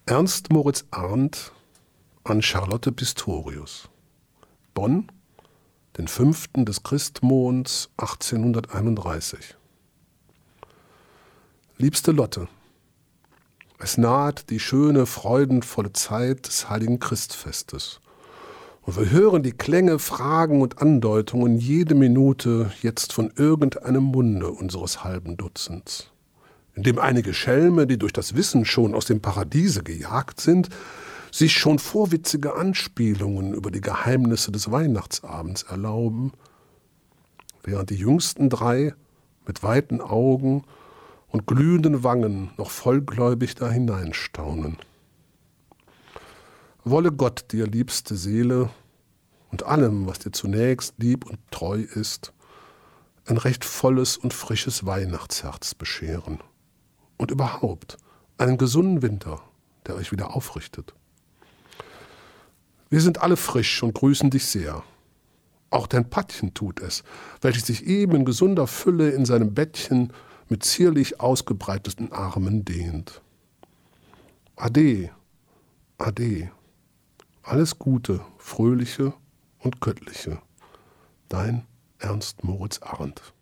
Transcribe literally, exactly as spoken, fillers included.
Ernst Moritz Arndt an Charlotte Pistorius. Bonn, den fünften des Christmonds achtzehnhunderteinunddreißig. Liebste Lotte, es naht die schöne, freudenvolle Zeit des heiligen Christfestes. Und wir hören die Klänge, Fragen und Andeutungen jede Minute jetzt von irgendeinem Munde unseres halben Dutzends, in dem einige Schelme, die durch das Wissen schon aus dem Paradiese gejagt sind, sich schon vorwitzige Anspielungen über die Geheimnisse des Weihnachtsabends erlauben, während die jüngsten drei mit weiten Augen und glühenden Wangen noch vollgläubig da hineinstaunen. Wolle Gott dir, liebste Seele, und allem, was dir zunächst lieb und treu ist, ein recht volles und frisches Weihnachtsherz bescheren. Und überhaupt einen gesunden Winter, der euch wieder aufrichtet. Wir sind alle frisch und grüßen dich sehr. Auch dein Pattchen tut es, welches sich eben in gesunder Fülle in seinem Bettchen mit zierlich ausgebreiteten Armen dehnt. Ade, ade, alles Gute, Fröhliche und Göttliche. Dein Ernst Moritz Arndt.